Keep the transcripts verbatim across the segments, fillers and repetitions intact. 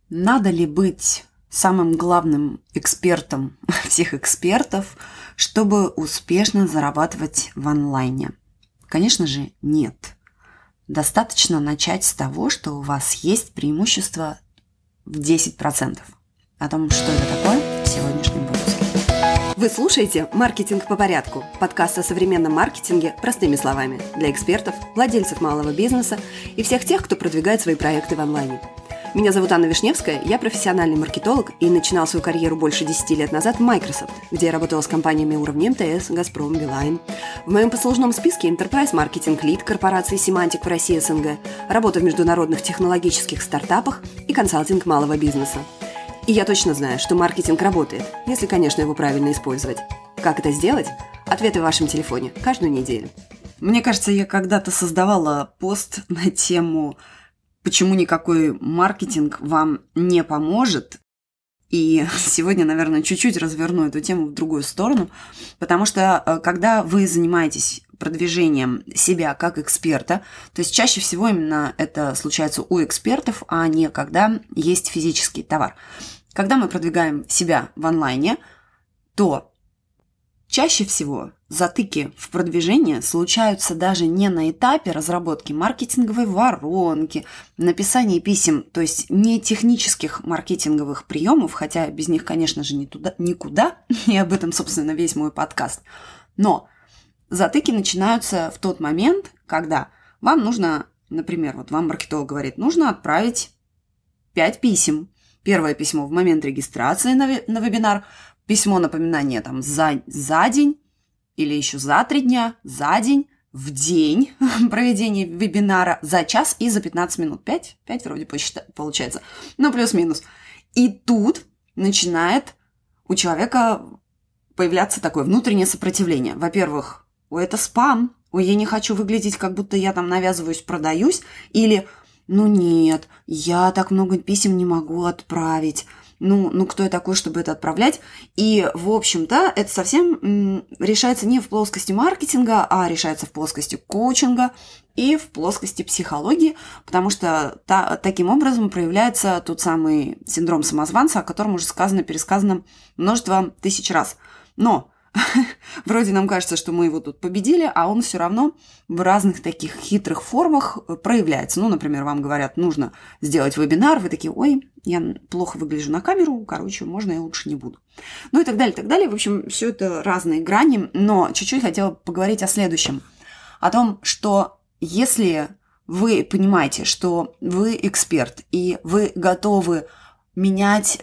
Надо ли быть самым главным экспертом всех экспертов, чтобы успешно зарабатывать в онлайне? Конечно же, нет. Достаточно начать с того, что у вас есть преимущество в десять процентов. О том, что это такое, в сегодняшнем выпуске. Вы слушаете «Маркетинг по порядку» – подкаст о современном маркетинге простыми словами для экспертов, владельцев малого бизнеса и всех тех, кто продвигает свои проекты в онлайне. Меня зовут Анна Вишневская, я профессиональный маркетолог и начинал свою карьеру больше десяти лет назад в Microsoft, где я работала с компаниями уровня эм тэ эс, Газпром, Билайн. В моем послужном списке Enterprise Marketing Lead корпорации Symantec в России эс эн гэ, работа в международных технологических стартапах и консалтинг малого бизнеса. И я точно знаю, что маркетинг работает, если, конечно, его правильно использовать. Как это сделать? Ответы в вашем телефоне каждую неделю. Мне кажется, я когда-то создавала пост на тему «Почему никакой маркетинг вам не поможет?». И сегодня, наверное, чуть-чуть разверну эту тему в другую сторону, потому что когда вы занимаетесь продвижением себя как эксперта, то есть чаще всего именно это случается у экспертов, а не когда есть физический товар. Когда мы продвигаем себя в онлайне, то чаще всего затыки в продвижении случаются даже не на этапе разработки маркетинговой воронки, написания писем, то есть не технических маркетинговых приемов, хотя без них, конечно же, ни туда, никуда, и об этом, собственно, весь мой подкаст. Но затыки начинаются в тот момент, когда вам нужно, например, вот вам маркетолог говорит, нужно отправить пять писем. Первое письмо в момент регистрации на, на вебинар, письмо напоминания там за, за день или еще за три дня, за день, в день проведения вебинара, за час и за пятнадцать минут. пять? пять вроде посчита- получается. Ну, плюс-минус. И тут начинает у человека появляться такое внутреннее сопротивление. Во-первых, ой, это спам, ой, я не хочу выглядеть, как будто я там навязываюсь, продаюсь, или ну нет, я так много писем не могу отправить. Ну, ну кто я такой, чтобы это отправлять? И, в общем-то, это совсем м, решается не в плоскости маркетинга, а решается в плоскости коучинга и в плоскости психологии, потому что та, таким образом проявляется тот самый синдром самозванца, о котором уже сказано, пересказано множество тысяч раз. Но вроде нам кажется, что мы его тут победили, а он все равно в разных таких хитрых формах проявляется. Ну, например, вам говорят, нужно сделать вебинар, вы такие, ой, я плохо выгляжу на камеру, короче, можно я лучше не буду. Ну и так далее, так далее. В общем, все это разные грани, но чуть-чуть хотела поговорить о следующем. О том, что если вы понимаете, что вы эксперт, и вы готовы менять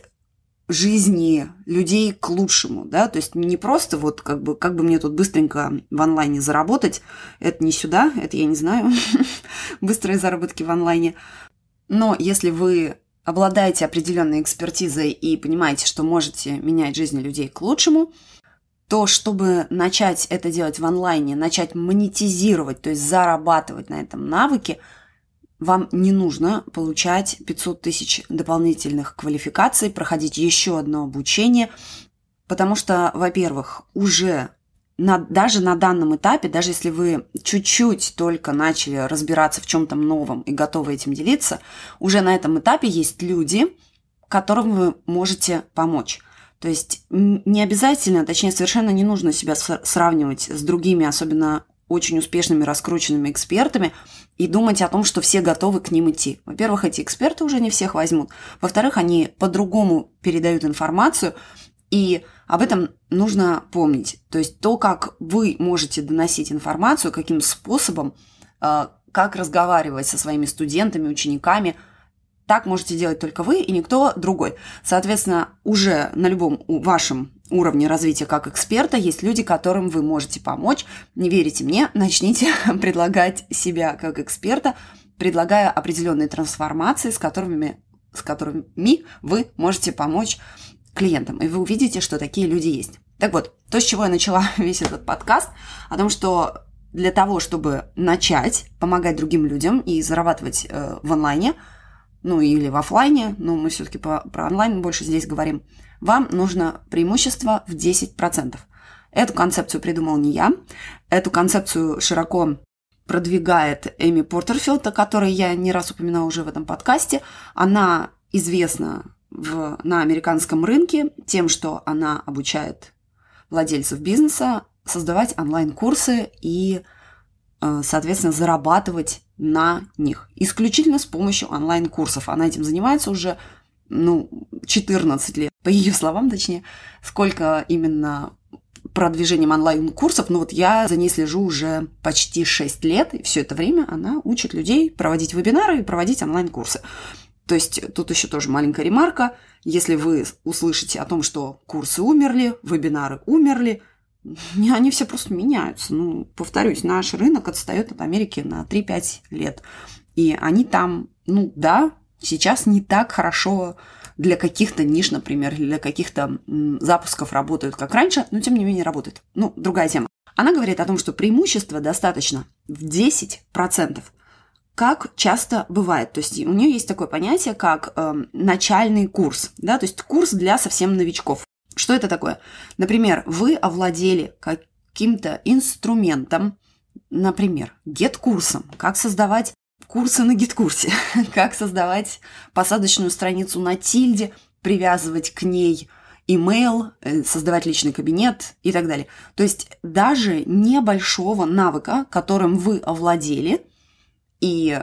жизни людей к лучшему, да, то есть не просто вот как бы, как бы мне тут быстренько в онлайне заработать, это не сюда, это я не знаю, быстрые заработки в онлайне, но если вы обладаете определенной экспертизой и понимаете, что можете менять жизни людей к лучшему, то чтобы начать это делать в онлайне, начать монетизировать, то есть зарабатывать на этом навыке, вам не нужно получать пятьсот тысяч дополнительных квалификаций, проходить еще одно обучение, потому что, во-первых, уже на, даже на данном этапе, даже если вы чуть-чуть только начали разбираться в чем-то новом и готовы этим делиться, уже на этом этапе есть люди, которым вы можете помочь. То есть не обязательно, точнее, совершенно не нужно себя сравнивать с другими, особенно очень успешными, раскрученными экспертами, и думать о том, что все готовы к ним идти. Во-первых, эти эксперты уже не всех возьмут. Во-вторых, они по-другому передают информацию, и об этом нужно помнить. То есть то, как вы можете доносить информацию, каким способом, как разговаривать со своими студентами, учениками, так можете делать только вы и никто другой. Соответственно, уже на любом вашем уровне развития как эксперта есть люди, которым вы можете помочь. Не верите мне? Начните предлагать себя как эксперта, предлагая определенные трансформации, с которыми, с которыми вы можете помочь клиентам. И вы увидите, что такие люди есть. Так вот, то, с чего я начала весь этот подкаст, о том, что для того, чтобы начать помогать другим людям и зарабатывать э, в онлайне, ну или в офлайне, но мы все-таки про онлайн больше здесь говорим, вам нужно преимущество в десять процентов. Эту концепцию придумал не я, эту концепцию широко продвигает Эми Портерфилд, о которой я не раз упоминала уже в этом подкасте. Она известна в, на американском рынке тем, что она обучает владельцев бизнеса создавать онлайн-курсы и, соответственно, зарабатывать на них. Исключительно с помощью онлайн-курсов. Она этим занимается уже, ну, четырнадцать лет. По ее словам, точнее, сколько именно продвижением онлайн-курсов. Ну вот я за ней слежу уже почти шесть лет, и все это время она учит людей проводить вебинары и проводить онлайн-курсы. То есть тут еще тоже маленькая ремарка. Если вы услышите о том, что курсы умерли, вебинары умерли, они все просто меняются. Ну, повторюсь, наш рынок отстает от Америки на три-пять лет. И они там, ну да, сейчас не так хорошо для каких-то ниш, например, или для каких-то м, запусков работают, как раньше, но тем не менее работают. Ну, другая тема. Она говорит о том, что преимущества достаточно в десять процентов. Как часто бывает. То есть у нее есть такое понятие, как э, начальный курс, да, то есть курс для совсем новичков. Что это такое? Например, вы овладели каким-то инструментом, например, гет-курсом, как создавать курсы на гет-курсе, как создавать посадочную страницу на Тильде, привязывать к ней имейл, создавать личный кабинет и так далее. То есть даже небольшого навыка, которым вы овладели, и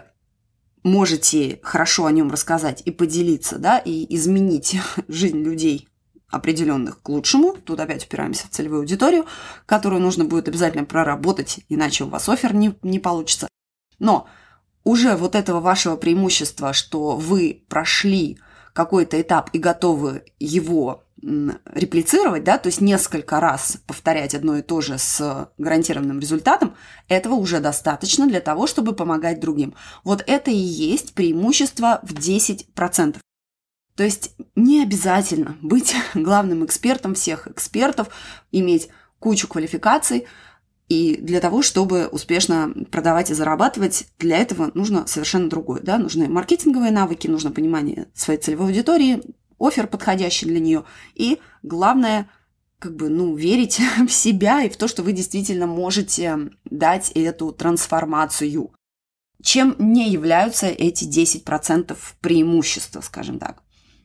можете хорошо о нем рассказать и поделиться, да, и изменить жизнь людей определенных к лучшему. Тут опять упираемся в целевую аудиторию, которую нужно будет обязательно проработать, иначе у вас оффер не, не получится. Но уже вот этого вашего преимущества, что вы прошли какой-то этап и готовы его реплицировать, да, то есть несколько раз повторять одно и то же с гарантированным результатом, этого уже достаточно для того, чтобы помогать другим. Вот это и есть преимущество в десять процентов. То есть не обязательно быть главным экспертом всех экспертов, иметь кучу квалификаций, и для того, чтобы успешно продавать и зарабатывать, для этого нужно совершенно другое. Да? Нужны маркетинговые навыки, нужно понимание своей целевой аудитории, оффер подходящий для нее. И главное, как бы, ну, верить в себя и в то, что вы действительно можете дать эту трансформацию. Чем не являются эти десять процентов преимущества, скажем так?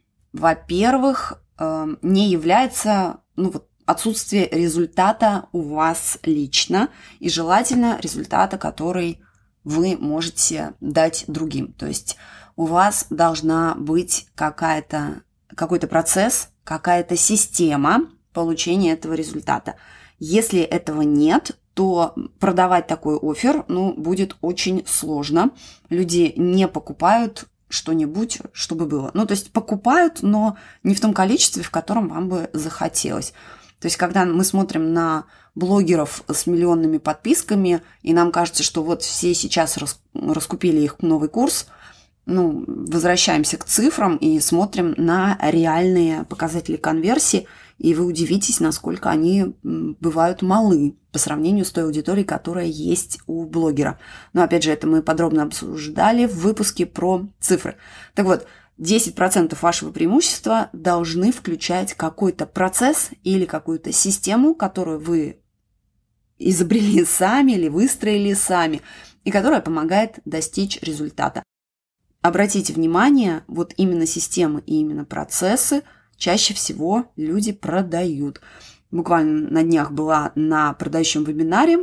Во-первых, не является, ну, вот, отсутствие результата у вас лично, и желательно результата, который вы можете дать другим. То есть у вас должна быть какая-то, какой-то процесс, какая-то система получения этого результата. Если этого нет, то продавать такой оффер, ну, будет очень сложно. Люди не покупают что-нибудь, чтобы было. Ну, то есть покупают, но не в том количестве, в котором вам бы захотелось. То есть, когда мы смотрим на блогеров с миллионными подписками, и нам кажется, что вот все сейчас рас, раскупили их новый курс, ну, возвращаемся к цифрам и смотрим на реальные показатели конверсии, и вы удивитесь, насколько они бывают малы по сравнению с той аудиторией, которая есть у блогера. Но, опять же, это мы подробно обсуждали в выпуске про цифры. Так вот, десять процентов вашего преимущества должны включать какой-то процесс или какую-то систему, которую вы изобрели сами или выстроили сами, и которая помогает достичь результата. Обратите внимание, вот именно системы и именно процессы чаще всего люди продают. Буквально на днях была на продающем вебинаре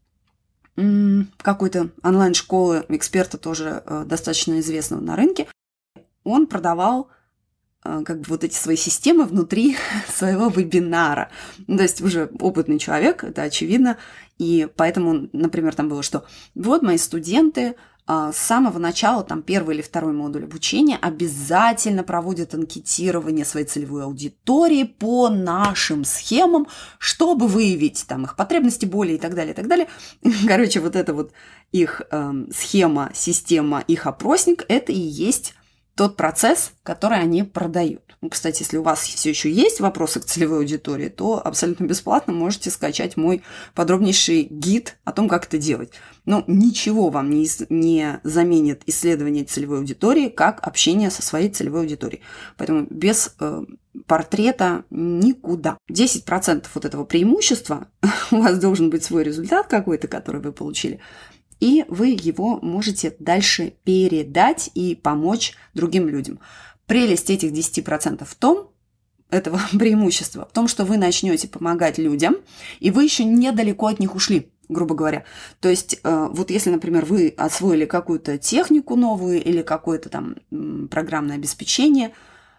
какой-то онлайн-школы, эксперта тоже достаточно известного на рынке. Он продавал как бы вот эти свои системы внутри своего вебинара. Ну, то есть уже опытный человек, это очевидно. И поэтому, например, там было, что вот мои студенты с самого начала, там, первый или второй модуль обучения обязательно проводят анкетирование своей целевой аудитории по нашим схемам, чтобы выявить там их потребности, боли и так далее, и так далее. Короче, вот эта вот их э, схема, система, их опросник, это и есть тот процесс, который они продают. Ну, кстати, если у вас все еще есть вопросы к целевой аудитории, то абсолютно бесплатно можете скачать мой подробнейший гид о том, как это делать. Но ничего вам не, не заменит исследование целевой аудитории, как общение со своей целевой аудиторией. Поэтому без э, портрета никуда. десять процентов вот этого преимущества, у вас должен быть свой результат какой-то, который вы получили, и вы его можете дальше передать и помочь другим людям. Прелесть этих десять процентов в том, этого преимущества, в том, что вы начнете помогать людям, и вы еще недалеко от них ушли, грубо говоря. То есть, вот если, например, вы освоили какую-то технику новую или какое-то там программное обеспечение,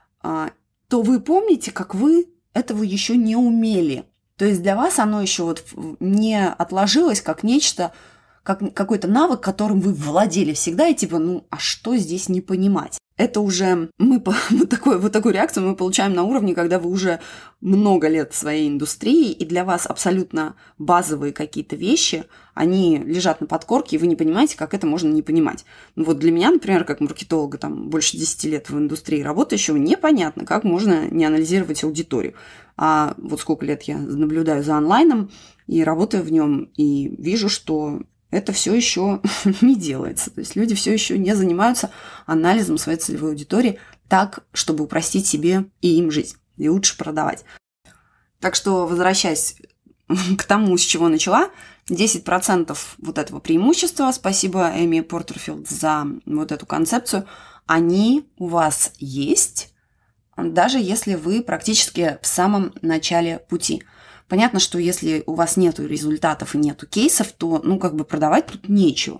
то вы помните, как вы этого еще не умели. То есть для вас оно еще вот не отложилось как нечто, как какой-то навык, которым вы владели всегда, и типа, ну, а что здесь не понимать? Это уже мы вот, такой, вот такую реакцию мы получаем на уровне, когда вы уже много лет в своей индустрии, и для вас абсолютно базовые какие-то вещи, они лежат на подкорке, и вы не понимаете, как это можно не понимать. Ну, вот для меня, например, как маркетолога, там, больше десяти лет в индустрии работающего, непонятно, как можно не анализировать аудиторию. А вот сколько лет я наблюдаю за онлайном и работаю в нем, и вижу, что это все еще не делается. То есть люди все еще не занимаются анализом своей целевой аудитории так, чтобы упростить себе и им жизнь, и лучше продавать. Так что, возвращаясь к тому, с чего начала, десять процентов вот этого преимущества, спасибо Эми Портерфилд за вот эту концепцию, они у вас есть, даже если вы практически в самом начале пути. Понятно, что если у вас нету результатов и нету кейсов, то, ну, как бы продавать тут нечего.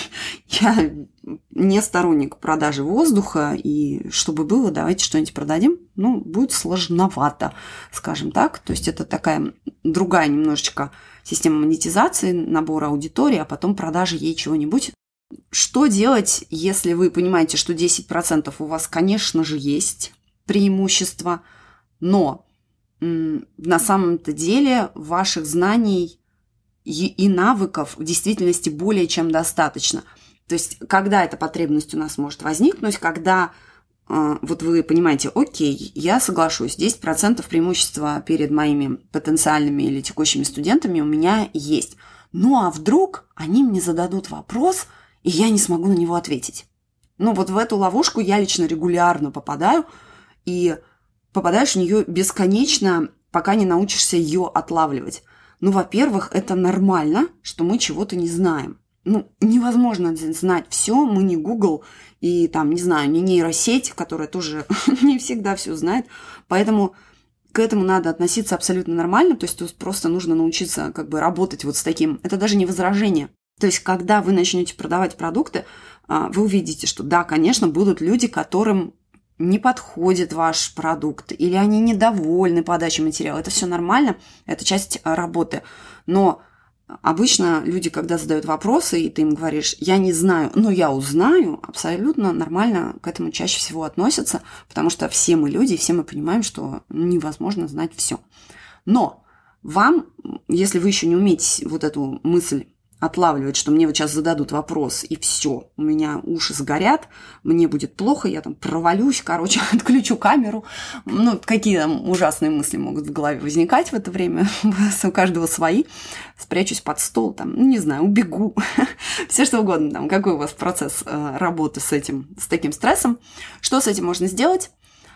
Я не сторонник продажи воздуха, и чтобы было, давайте что-нибудь продадим, ну, будет сложновато, скажем так. То есть это такая другая немножечко система монетизации, набора аудитории, а потом продажи ей чего-нибудь. Что делать, если вы понимаете, что десять процентов у вас, конечно же, есть преимущество, но на самом-то деле ваших знаний и навыков в действительности более чем достаточно. То есть, когда эта потребность у нас может возникнуть, когда э, вот вы понимаете, окей, я соглашусь, десять процентов преимущества перед моими потенциальными или текущими студентами у меня есть. Ну а вдруг они мне зададут вопрос, и я не смогу на него ответить. Ну вот в эту ловушку я лично регулярно попадаю, и попадаешь в нее бесконечно, пока не научишься ее отлавливать. Ну, во-первых, это нормально, что мы чего-то не знаем. Ну, невозможно знать все, мы не Google и там, не знаю, не нейросеть, которая тоже не всегда все знает. Поэтому к этому надо относиться абсолютно нормально, то есть тут просто нужно научиться как бы работать вот с таким. Это даже не возражение. То есть когда вы начнете продавать продукты, вы увидите, что да, конечно, будут люди, которым не подходит ваш продукт, или они недовольны подачей материала. Это все нормально, это часть работы. Но обычно люди, когда задают вопросы, и ты им говоришь, я не знаю, но я узнаю, абсолютно нормально к этому чаще всего относятся, потому что все мы люди, и все мы понимаем, что невозможно знать все. Но вам, если вы еще не умеете вот эту мысль отлавливать, что мне вот сейчас зададут вопрос, и все, у меня уши сгорят, мне будет плохо, я там провалюсь, короче, отключу камеру. Ну, какие там ужасные мысли могут в голове возникать в это время, у каждого свои. Спрячусь под стол, там, ну, не знаю, убегу, все что угодно, там, какой у вас процесс э, работы с этим, с таким стрессом. Что с этим можно сделать?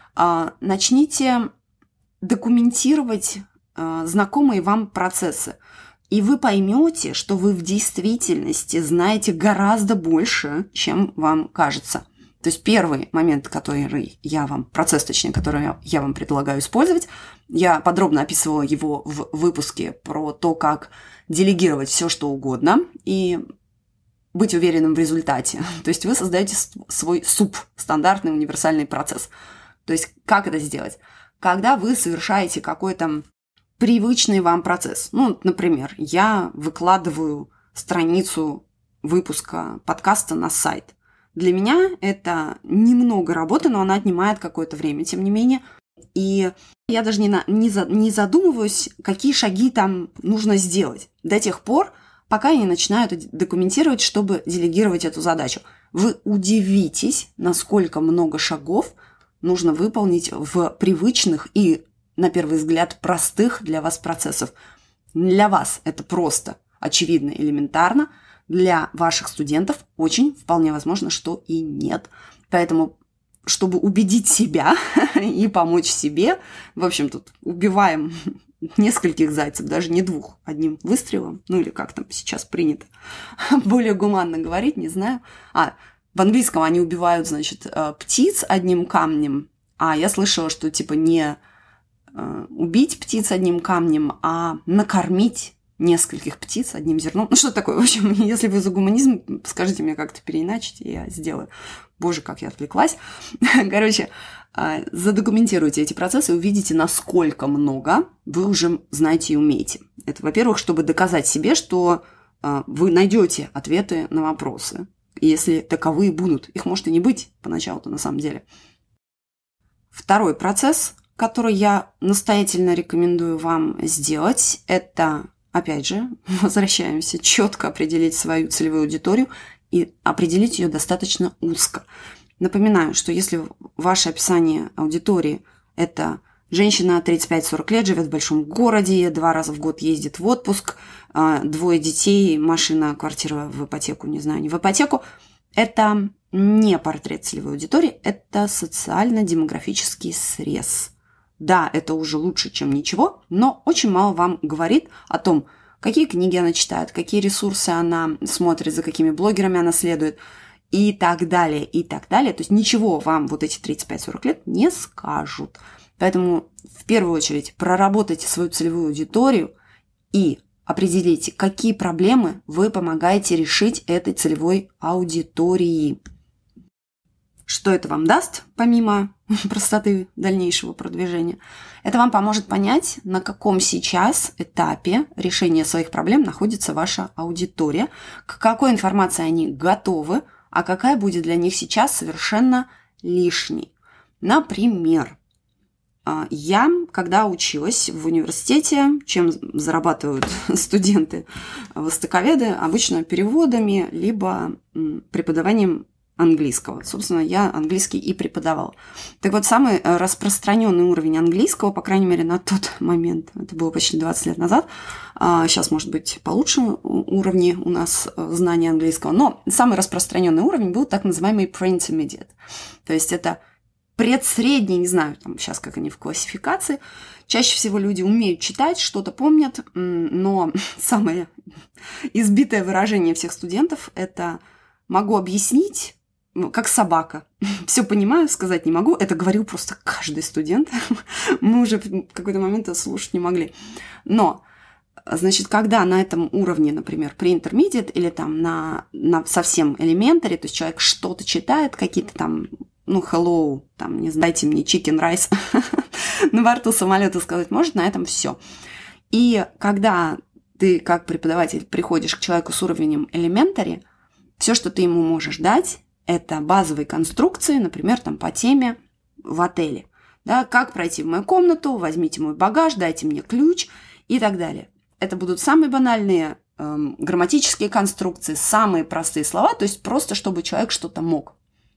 Э, начните документировать э, знакомые вам процессы. И вы поймете, что вы в действительности знаете гораздо больше, чем вам кажется. То есть первый момент, который я вам, процесс, точнее, который я вам предлагаю использовать, я подробно описывала его в выпуске про то, как делегировать все, что угодно, и быть уверенным в результате. То есть вы создаете свой суп, стандартный универсальный процесс. То есть как это сделать? Когда вы совершаете какой-то привычный вам процесс. Ну, например, я выкладываю страницу выпуска подкаста на сайт. Для меня это немного работы, но она отнимает какое-то время, тем не менее. И я даже не, на, не, за, не задумываюсь, какие шаги там нужно сделать до тех пор, пока я не начинаю это документировать, чтобы делегировать эту задачу. Вы удивитесь, насколько много шагов нужно выполнить в привычных и, на первый взгляд, простых для вас процессов. Для вас это просто, очевидно, элементарно. Для ваших студентов очень вполне возможно, что и нет. Поэтому, чтобы убедить себя и помочь себе, в общем, тут убиваем нескольких зайцев, даже не двух, одним выстрелом, ну или как там сейчас принято более гуманно говорить, не знаю. А, в английском они убивают, значит, птиц одним камнем, а я слышала, что типа не убить птиц одним камнем, а накормить нескольких птиц одним зерном. Ну, что такое? В общем, если вы за гуманизм, скажите мне как-то переиначить, я сделаю. Боже, как я отвлеклась. Короче, задокументируйте эти процессы и увидите, насколько много вы уже знаете и умеете. Это, во-первых, чтобы доказать себе, что вы найдете ответы на вопросы, если таковые будут. Их может и не быть поначалу-то на самом деле. Второй процесс, который я настоятельно рекомендую вам сделать, это, опять же, возвращаемся, четко определить свою целевую аудиторию и определить ее достаточно узко. Напоминаю, что если ваше описание аудитории – это женщина тридцать пять сорок лет, живет в большом городе, два раза в год ездит в отпуск, двое детей, машина, квартира в ипотеку, не знаю, не в ипотеку, это не портрет целевой аудитории, это социально-демографический срез. Да, это уже лучше, чем ничего, но очень мало вам говорит о том, какие книги она читает, какие ресурсы она смотрит, за какими блогерами она следует и так далее, и так далее. То есть ничего вам вот эти тридцать пять сорок лет не скажут. Поэтому в первую очередь проработайте свою целевую аудиторию и определите, какие проблемы вы помогаете решить этой целевой аудитории. Что это вам даст, помимо простоты дальнейшего продвижения? Это вам поможет понять, на каком сейчас этапе решения своих проблем находится ваша аудитория, к какой информации они готовы, а какая будет для них сейчас совершенно лишней. Например, я, когда училась в университете, чем зарабатывают студенты-востоковеды, обычно переводами, либо преподаванием английского. Собственно, я английский и преподавала. Так вот, самый распространенный уровень английского, по крайней мере, на тот момент, это было почти двадцать лет назад, сейчас, может быть, получше уровни у нас знания английского, но самый распространенный уровень был так называемый pre-intermediate. То есть это предсредний, не знаю, там сейчас как они в классификации. Чаще всего люди умеют читать, что-то помнят, но самое избитое выражение всех студентов – это «могу объяснить», как собака. Все понимаю, сказать не могу. Это говорил просто каждый студент. Мы уже в какой-то момент это слушать не могли. Но, значит, когда на этом уровне, например, pre-intermediate или там на, на совсем elementary, то есть человек что-то читает, какие-то там, ну, hello, там, не знаю, дайте мне chicken rice на борту самолета сказать может, на этом все. И когда ты, как преподаватель, приходишь к человеку с уровнем elementary, все, что ты ему можешь дать, это базовые конструкции, например, там по теме в отеле. Да, как пройти в мою комнату, возьмите мой багаж, дайте мне ключ и так далее. Это будут самые банальные эм, грамматические конструкции, самые простые слова, то есть просто чтобы человек что-то мог.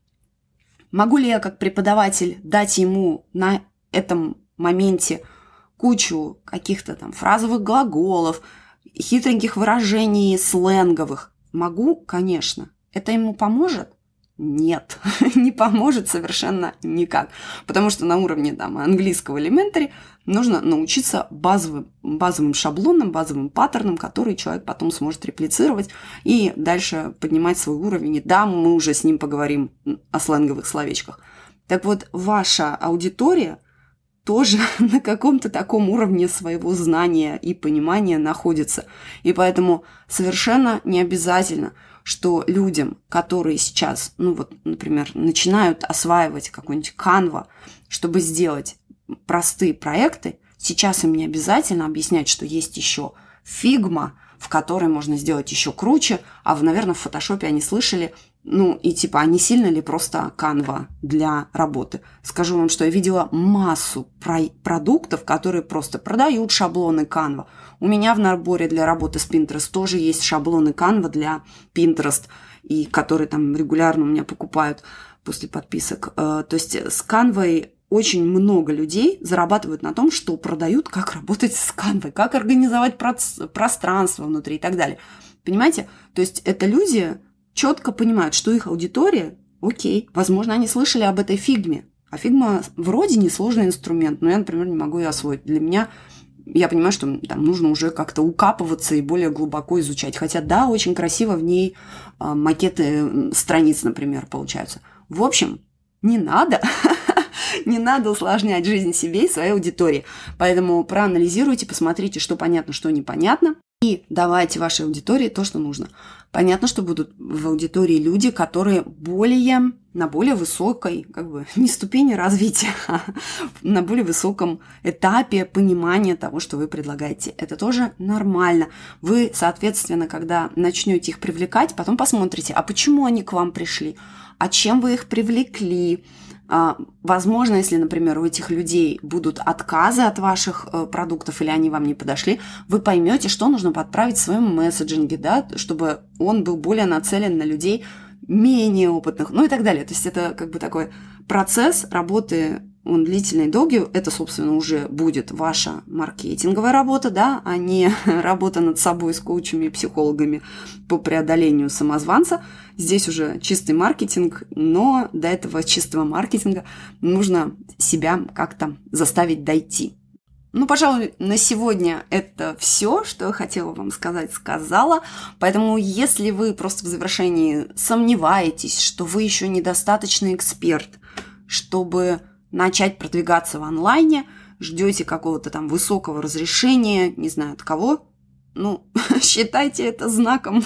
Могу ли я как преподаватель дать ему на этом моменте кучу каких-то там фразовых глаголов, хитреньких выражений сленговых? Могу, конечно. Это ему поможет? Нет, не поможет совершенно никак. Потому что на уровне там, английского elementary нужно научиться базовым, базовым шаблонам, базовым паттернам, которые человек потом сможет реплицировать и дальше поднимать свой уровень. И да, мы уже с ним поговорим о сленговых словечках. Так вот, ваша аудитория тоже на каком-то таком уровне своего знания и понимания находится. И поэтому совершенно не обязательно, что людям, которые сейчас, ну вот, например, начинают осваивать какой-нибудь Canva, чтобы сделать простые проекты, сейчас им не обязательно объяснять, что есть еще Figma, в которой можно сделать еще круче, а, наверное, в Photoshop они слышали, ну, и типа, а не сильно ли просто Canva для работы? Скажу вам, что я видела массу про- продуктов, которые просто продают шаблоны Canva. У меня в наборе для работы с Pinterest тоже есть шаблоны Canva для Pinterest, и которые там регулярно у меня покупают после подписок. То есть с Canva очень много людей зарабатывают на том, что продают, как работать с Canva, как организовать пространство внутри и так далее. Понимаете? То есть это люди четко понимают, что их аудитория, окей, возможно, они слышали об этой фигме. А фигма вроде несложный инструмент, но я, например, не могу ее освоить. Для меня я понимаю, что там нужно уже как-то укапываться и более глубоко изучать. Хотя, да, очень красиво в ней а, макеты страниц, например, получаются. В общем, не надо, не надо усложнять жизнь себе и своей аудитории. Поэтому проанализируйте, посмотрите, что понятно, что непонятно, и давайте вашей аудитории то, что нужно. Понятно, что будут в аудитории люди, которые более, на более высокой, как бы, не ступени развития, а на более высоком этапе понимания того, что вы предлагаете. Это тоже нормально. Вы, соответственно, когда начнете их привлекать, потом посмотрите, а почему они к вам пришли, а чем вы их привлекли. Возможно, если, например, у этих людей будут отказы от ваших продуктов или они вам не подошли, вы поймете, что нужно подправить в своем месседжинге, да, чтобы он был более нацелен на людей менее опытных, ну и так далее. То есть это как бы такой процесс работы, он длительный, долгий. Это, собственно, уже будет ваша маркетинговая работа, да, а не работа над собой с коучами и психологами по преодолению самозванца. Здесь уже чистый маркетинг, но до этого чистого маркетинга нужно себя как-то заставить дойти. Ну, пожалуй, на сегодня это все, что я хотела вам сказать, сказала. Поэтому, если вы просто в завершении сомневаетесь, что вы еще недостаточный эксперт, чтобы начать продвигаться в онлайне, ждете какого-то там высокого разрешения, не знаю от кого, ну, считайте это знаком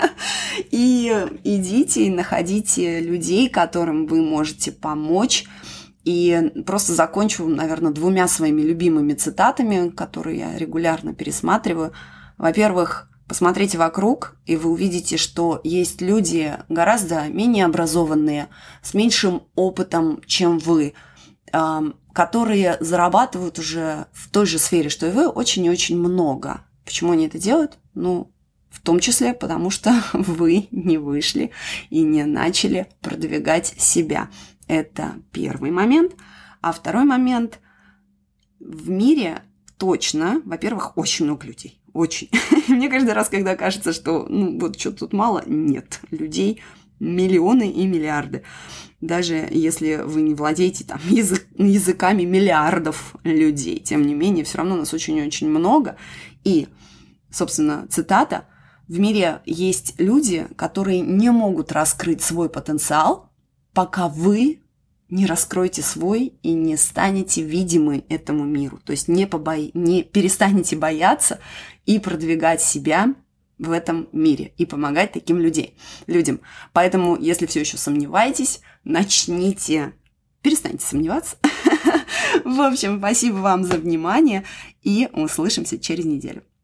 и идите и находите людей, которым вы можете помочь. И просто закончу, наверное, двумя своими любимыми цитатами, которые я регулярно пересматриваю. Во-первых, посмотрите вокруг, и вы увидите, что есть люди гораздо менее образованные, с меньшим опытом, чем вы, которые зарабатывают уже в той же сфере, что и вы, очень и очень много. Почему они это делают? Ну, в том числе потому, что вы не вышли и не начали продвигать себя. Это первый момент. А второй момент. В мире точно, во-первых, очень много людей. Очень. Мне каждый раз, когда кажется, что ну вот что-то тут мало, нет. Людей миллионы и миллиарды. Даже если вы не владеете там, язык, языками миллиардов людей, тем не менее, все равно нас очень-очень много. И, собственно, цитата. В мире есть люди, которые не могут раскрыть свой потенциал, пока вы не раскроете свой и не станете видимы этому миру. То есть не, побо... не перестанете бояться и продвигать себя в этом мире и помогать таким людей, людям. Поэтому, если все еще сомневаетесь, начните, перестаньте сомневаться. В общем, спасибо вам за внимание и услышимся через неделю.